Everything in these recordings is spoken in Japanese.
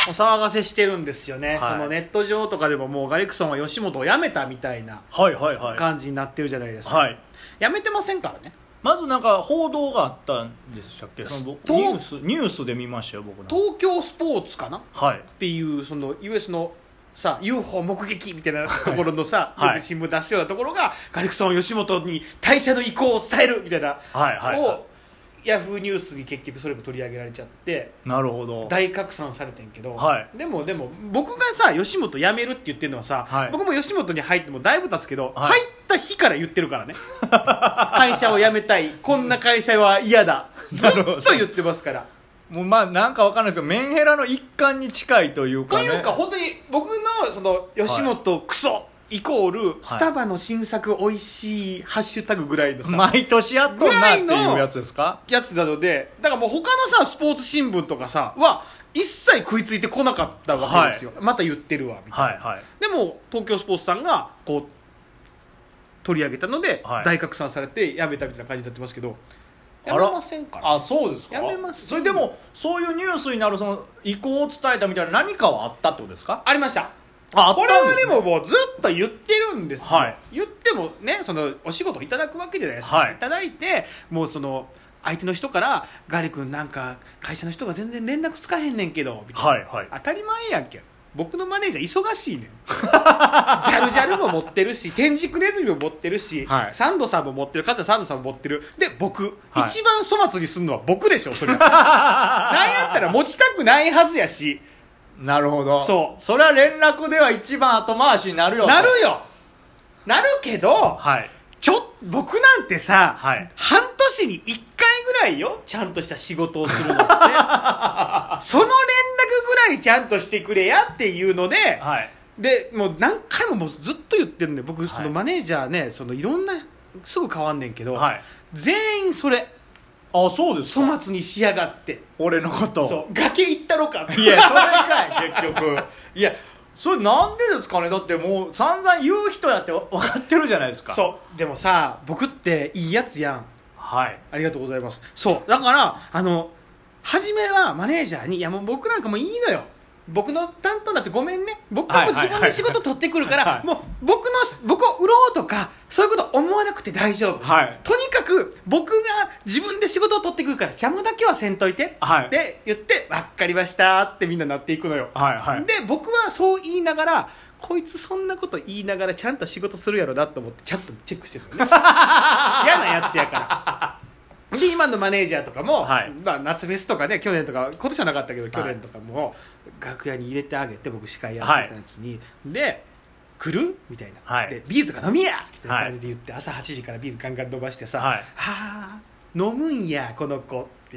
お騒がせしてるんですよね、 はい、 そのネット上とかでももうガリクソンは吉本を辞めたみたいな感じになってるじゃないですか、 はい、 辞めてませんからね。 まずなんか報道があったんでしたっけ、そのニュースで見ましたよ僕。 東京スポーツかな、 はい、 っていうその US のさ UFO 目撃みたいなところのさ、 はい、 よく新聞出すようなところがガリクソン吉本に退社の意向を伝えるみたいな、 はいはいはい、 をヤフーニュースに結局それも取り上げられちゃって、 なるほど、 大拡散されてんけど、 はい、 でも僕がさ吉本辞めるって言ってるのはさ、はい、僕も吉本に入ってもだいぶ経つけど、はい、入った日から言ってるからね会社を辞めたい、こんな会社は嫌だずっと言ってますから。 もうまあなんかわかんないですけど、メンヘラの一環に近いというかね。 というか本当に僕のその吉本クソイコールスタバの新作おいしいハッシュタグぐらいのさ、 毎年やっとんなっていうやつですか、 やつなので、だからもう他のさスポーツ新聞とかさは一切食いついてこなかったわけですよ、はい、また言ってるわみたいな、はいはい、でも東京スポーツさんがこう取り上げたので、はい、大拡散されてやめたみたいな感じになってますけど、やめませんから。 あ、そうですか。 やめます。 それでもそういうニュースになるその意向を伝えたみたいな何かはあったってことですか。 ありました。 あ、 これはでももうずっと言ってるんですよ、 はい、 言ってもね、そのお仕事いただくわけじゃないですか、はい、いただいてもうその相手の人からガリ君なんか会社の人が全然連絡つかへんねんけどみたいな、はいはい、当たり前やんけ。僕のマネージャー忙しいねんジャルジャルも持ってるし天竺ネズミも持ってるし、はい、サンドさんも持ってる、かつてサンドさんも持ってるで僕、はい、一番粗末にするのは僕でしょそれなんやったら持ちたくないはずやし。 なるほど。 そう、 それは連絡では一番後回しになるよ。 なるけど、はい、僕なんてさ、はい、半年に1回ぐらいよちゃんとした仕事をするのってその連絡ぐらいちゃんとしてくれやっていうので、はい、でもう何回もずっと言ってるんで僕、そのマネージャーね、そのいろんなすぐ変わんねんけど、はい、全員それ。 あ、そうですか。 粗末にしやがって俺のことそう崖行ったろかって。 いやそれかい結局いやそれなんでですかね。だってもう散々言う人やって分かってるじゃないですか。 そうでもさ僕っていいやつやん。 はい、 ありがとうございます。そうだから初めはマネージャーにいやもう僕なんかもういいのよ、僕の担当だってごめんね、僕はもう自分で仕事取ってくるから、もう僕を売ろうとかそういうこと思わなくて大丈夫、はい、とにかく僕が自分で仕事を取ってくるから邪魔だけはせんといて、はい、って言って分かりましたってみんななっていくのよ、はいはい、で僕はそう言いながらこいつそんなこと言いながらちゃんと仕事するやろなと思ってちゃんとチェックしてるのね嫌なやつやからで今のマネージャーとかも、はい、まあ、夏フェスとかね去年とか今年はなかったけど去年とかも楽屋に入れてあげて僕司会やってたやつに、はい、で来るみたいな、はい、でビールとか飲みやみたいな感じで言って、はい、朝8時からビールガンガン飲ましてさ、はい、はあ飲むんやこの子って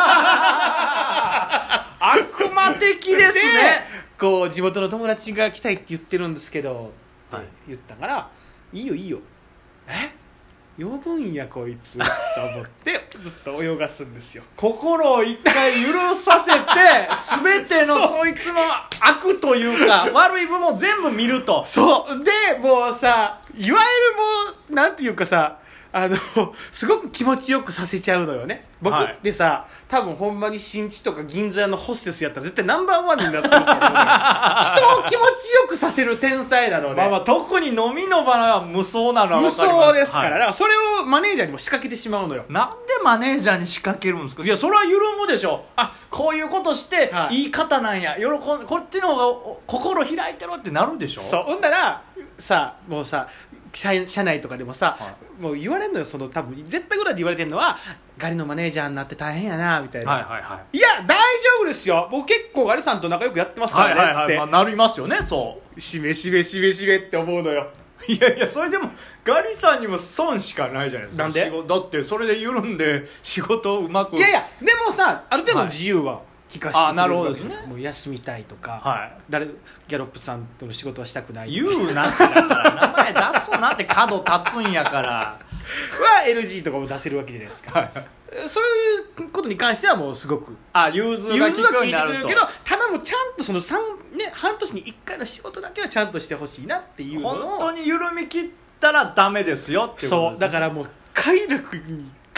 悪魔的ですね。 こう地元の友達が来たいって言ってるんですけどって言ったから、はい、いいよいいよ呼ぶんやこいつと思ってずっと泳がすんですよ。 心を一回許させて全てのそいつの悪というか悪い部分を全部見ると。 そうでもうさいわゆるもうなんていうかさすごく気持ちよくさせちゃうのよね僕ってさ、はい、多分ほんまに新地とか銀座のホステスやったら絶対ナンバーワンになってるから、ね、人を気持ちよくさせる天才なのね。 まあまあ特に飲みの場は無双なのは分かります。 無双ですから、はい、だからそれをマネージャーにも仕掛けてしまうのよ。 なんでマネージャーに仕掛けるんですか。いやそれは緩むでしょ。あこういうことしていい方なんや、こっちの方が心開いてろってなるでしょ。 そうほんならさもうさ社内とかでもさ、はい、もう言われるのよ。その多分絶対ぐらいで言われてるのはガリのマネージャーになって大変やなみたいな、はいはいはい、いや大丈夫ですよ僕結構ガリさんと仲良くやってますからね、はいはいはい、って、 まあ、なりますよね。そうしめしめしめしめって思うのよ。 いやいやそれでもガリさんにも損しかないじゃないですか。 なんでだってそれで緩んで仕事をうまく。 いやいやでもさある程度の自由は、はい聞かせてくれる。 あなるほどですね。 もう休みたいとか、 はい、 ギャロップさんとの仕事はしたくない言うなってだから名前出すなって角立つんやからは NG とかも出せるわけじゃないですか、はい、そういうことに関してはもうすごく融通が利くようになると。 けどただもうちゃんとその半年に1回の仕事だけはちゃんとしてほしいなっていうのを。 本当に緩み切ったらダメですよっていうことです、ね、 そうだからもう快楽に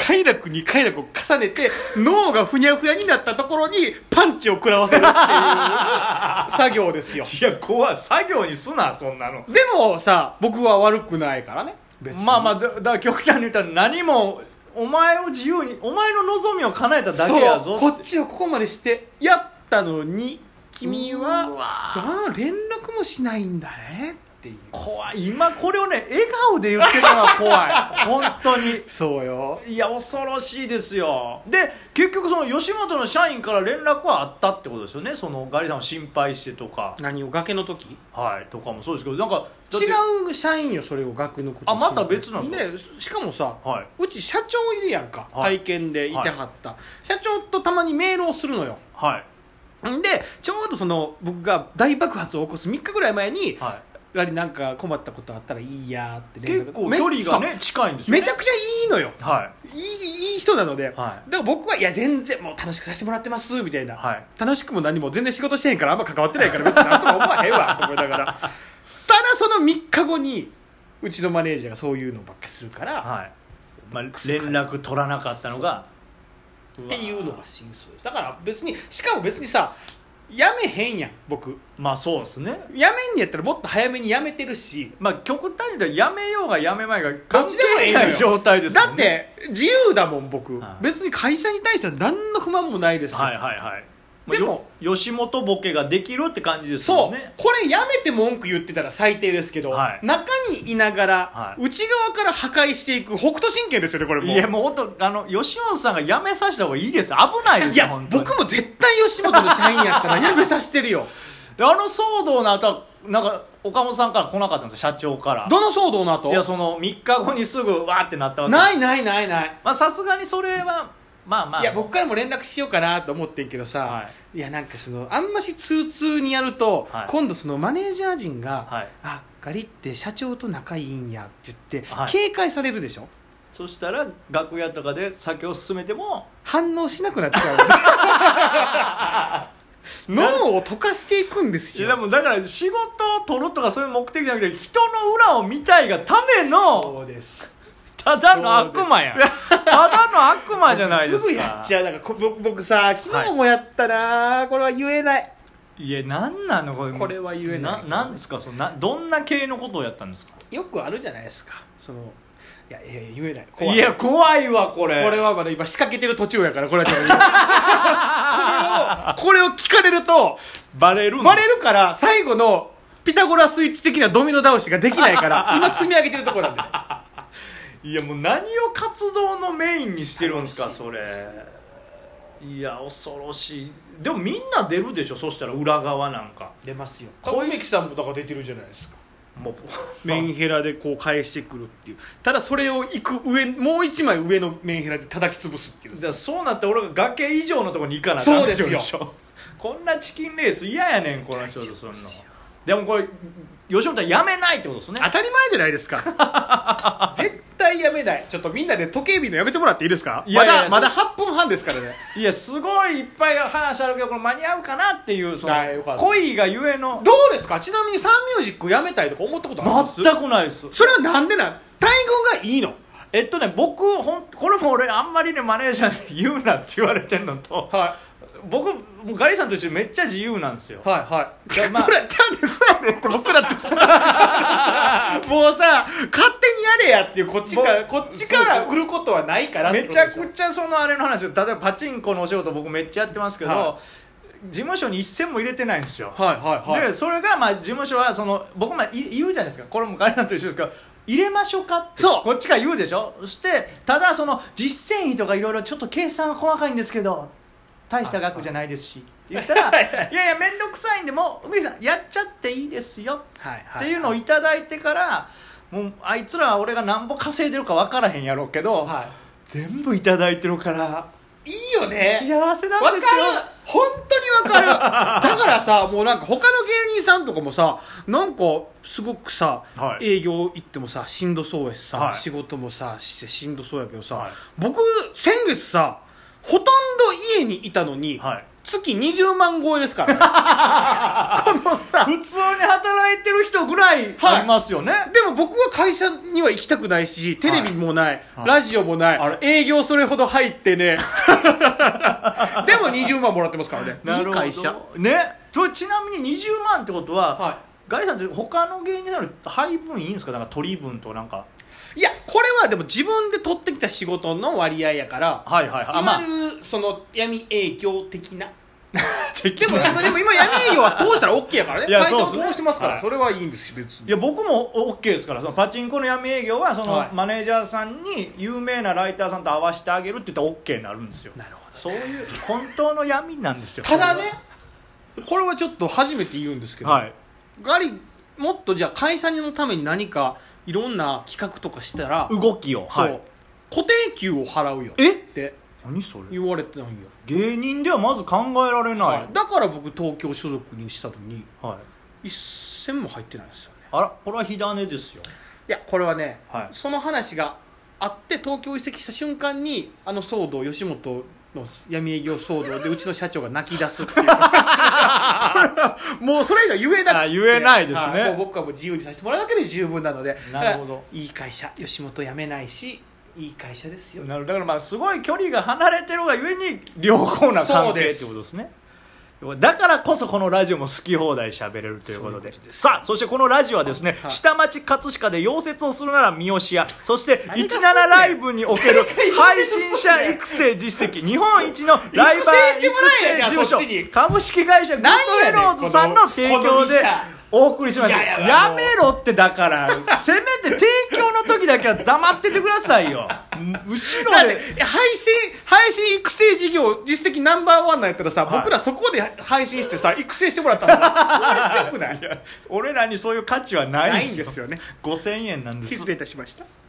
快楽に快楽を重ねて脳がふにゃふにゃになったところにパンチを食らわせるっていう作業ですよ。 いや怖い、作業にすなそんなの。 でもさ僕は悪くないからね別に。 まあだから極端に言ったら何もお前を自由にお前の望みを叶えただけやぞって。 そうこっちをここまでしてやったのに君は連絡もしないんだねっていう。 怖い。今これをね笑顔で言ってるのが怖い本当に。 そうよ。 いや恐ろしいですよ。で結局その吉本の社員から連絡はあったってことですよね。そのガリさんを心配してとか。 何を崖の時はいとかもそうですけど、なんか違う社員よそれを崖のことあまた別なんですか。でしかもさ、 はうち社長いるやんか、 はい体験でいてはった、社長とたまにメールをするのよ。 はいんでちょうどその僕が大爆発を起こす3日ぐらい前に、 はいやはりなんか困ったことあったらいいやって結構距離がね近いんですよね。 めちゃくちゃいいのよ。 はいいい人なので、 はい、 だから僕はいや全然もう楽しくさせてもらってますみたいな、 はい、 楽しくも何も全然仕事してへんからあんま関わってないから別になんとも思わへんわと思いながらただその3日後にうちのマネージャーがそういうのばっかりするから、 はいまあ、連絡取らなかったのがっていうのが真相です。だから別にしかも別にさやめへんやん僕。 まあそうですね。 やめんにやったらもっと早めにやめてるし、 まあ極端に言うとやめようがやめまいがど関っちでもいいのよ係ない状態ですよね。 だって自由だもん僕、 はい別に会社に対しては何の不満もないですよ、 はいはいはい。 でも吉本ボケができるって感じですそう、 よね。 これやめて文句言ってたら最低ですけど、 はい中にいながら、 はい、 内側から破壊していく北斗神拳ですよねこれもう。 いやもう本当吉本さんが辞めさせた方がいいですよ。危ないですよ。 いや本当に僕も絶対吉本の社員やったらやめさせてるよで騒動の後はなんか岡本さんから来なかったんですよ社長から。 どの騒動の後。 いやその3日後にすぐわーってなったわけないまあさすがにそれはまあまあいや僕からも連絡しようかなと思ってんけどさ、 はい、 いやなんかそのあんまし通通にやると、 はい、 今度そのマネージャー陣が、 はい、 あガリって社長と仲いいんやって言って、 はい、 警戒されるでしょ。 そしたら楽屋とかで酒を進めても反応しなくなっちゃう脳を溶かしていくんですよ。 いやでもだから仕事を取るとかそういう目的じゃなくて人の裏を見たいがためのそうですただの悪魔やんただの悪魔じゃないですか。 すぐやっちゃう。だから僕さ昨日もやったな、これは言えない。 いやなんなのこれは言えない。 なんですかどんな系のことをやったんですか。 よくあるじゃないですかそのいや言えない。 いや怖いわこれはまだ今仕掛けてる途中やからこれはこれを聞かれるとバレるから最後のピタゴラスイッチ的なドミノ倒しができないから今積み上げてるところなんでいやもう何を活動のメインにしてるんですかそれ。いや恐ろしい。でもみんな出るでしょそしたら裏側なんか出ますよ。小梅木さんもだから出てるじゃないですか。 もうメンヘラでこう返してくるっていう。ただそれを行く上もう一枚上のメンヘラで叩き潰すっていう。 じゃあそうなって俺が崖以上のところに行かなあかんそうですよこんなチキンレース嫌やねんこの人とするの。でもこれ吉本はやめないってことですね。 当たり前じゃないですか絶対やめない。ちょっとみんなで時計見るのやめてもらっていいですか。まだ8分半ですからね。 いやすごいいっぱい話あるけどこれ間に合うかなっていうその恋がゆえの。 どうですか。ちなみにサンミュージックやめたいとか思ったことあります。 全くないです。 それはなんでなん。待遇がいいの。 僕これも俺あんまりねマネージャーに言うなって言われてんのと、 はい、 僕もうガリさんと一緒にめっちゃ自由なんですよ。 はいはい。 まあ、 これちゃうんですよねって僕らってさもうさ勝手にやれやっていうこっちから売ることはないからめちゃくちゃそのあれの話を例えばパチンコのお仕事僕めっちゃやってますけど、はい、事務所に一銭も入れてないんですよ。 はいはいはい。 でそれがまあ事務所はその僕も言うじゃないですか。これもガリさんと一緒ですけど入れましょうかってそうこっちが言うでしょ。そしてただその実践費とかいろいろちょっと計算は細かいんですけど大した額じゃないですしって言ったらいやいや面倒くさいんでもう梅木さんやっちゃっていいですよっていうのをいただいてからもうあいつらは俺がなんぼ稼いでるか分からへんやろうけど、はい、全部いただいてるからいいよね。 幸せなんですよ。 本当に分かるだからさもうなんか他の芸人さんとかもさなんかすごくさ、はい、営業行ってもさしんどそうやしさ、はい、仕事もさしてしんどそうやけどさ、はい、僕先月さほとんど家にいたのに、 はい、 月20万超えですからねこのさ普通に働いてる人ぐらいありますよね、はい、 でも僕は会社には行きたくないしテレビもない、はい、ラジオもない、営業それほど入ってねでも20万もらってますからね。いい会社ね。ちなみに20万ってことは、はい、ガリさんって他の芸人なのに配分いいんですか？なんか取り分となんか。 いやこれはでも自分で取ってきた仕事の割合やから、 はいはいはい、 いわゆるその闇営業的なでも今闇営業は通したら OK やからね。会社を通してますから、はい、それはいいんですし別に。 いや僕も OK ですから。そのパチンコの闇営業はそのマネージャーさんに有名なライターさんと会わせてあげるって言ったら OK になるんですよ。 なるほど、ね、 そういう本当の闇なんですよ。 ただねこれはちょっと初めて言うんですけど、はい、ガリもっとじゃあ会社のために何かいろんな企画とかしたら動きを、 そう、はい、固定給を払うよって何それ言われてないよ。 芸人ではまず考えられない、はい、 だから僕東京所属にしたのに、 はい、 一銭も入ってないんですよね。 あらこれは火種ですよ。 いやこれはね、 はい、 その話があって東京移籍した瞬間にあの騒動吉本の闇営業騒動でうちの社長が泣き出すっていうもうそれ以外言えなくて言えないですね。 もう僕はもう自由にさせてもらうだけで十分なので。 なるほど。 いい会社吉本辞めないしいい会社ですよ。 なるだからまあすごい距離が離れてるがゆえに良好な関係ってことですね。だからこそこのラジオも好き放題喋れるということで、さあそしてこのラジオはですね、はい、下町葛飾で溶接をするなら三好屋、そして17ライブにおける配信者育成実績日本一のライバー育成事務所株式会社グッドエローズさんの提供でお送りしました。やめろってだからせめて提供の時だけは黙っててくださいよ。後ろで配信育成事業実績ナンバーワンなんやったらさ、はい、僕らそこで配信してさ育成してもらったのよくない？ 俺らにそういう価値はないんですよ。 ないんですよね。 5000円なんです。 失礼いたしました。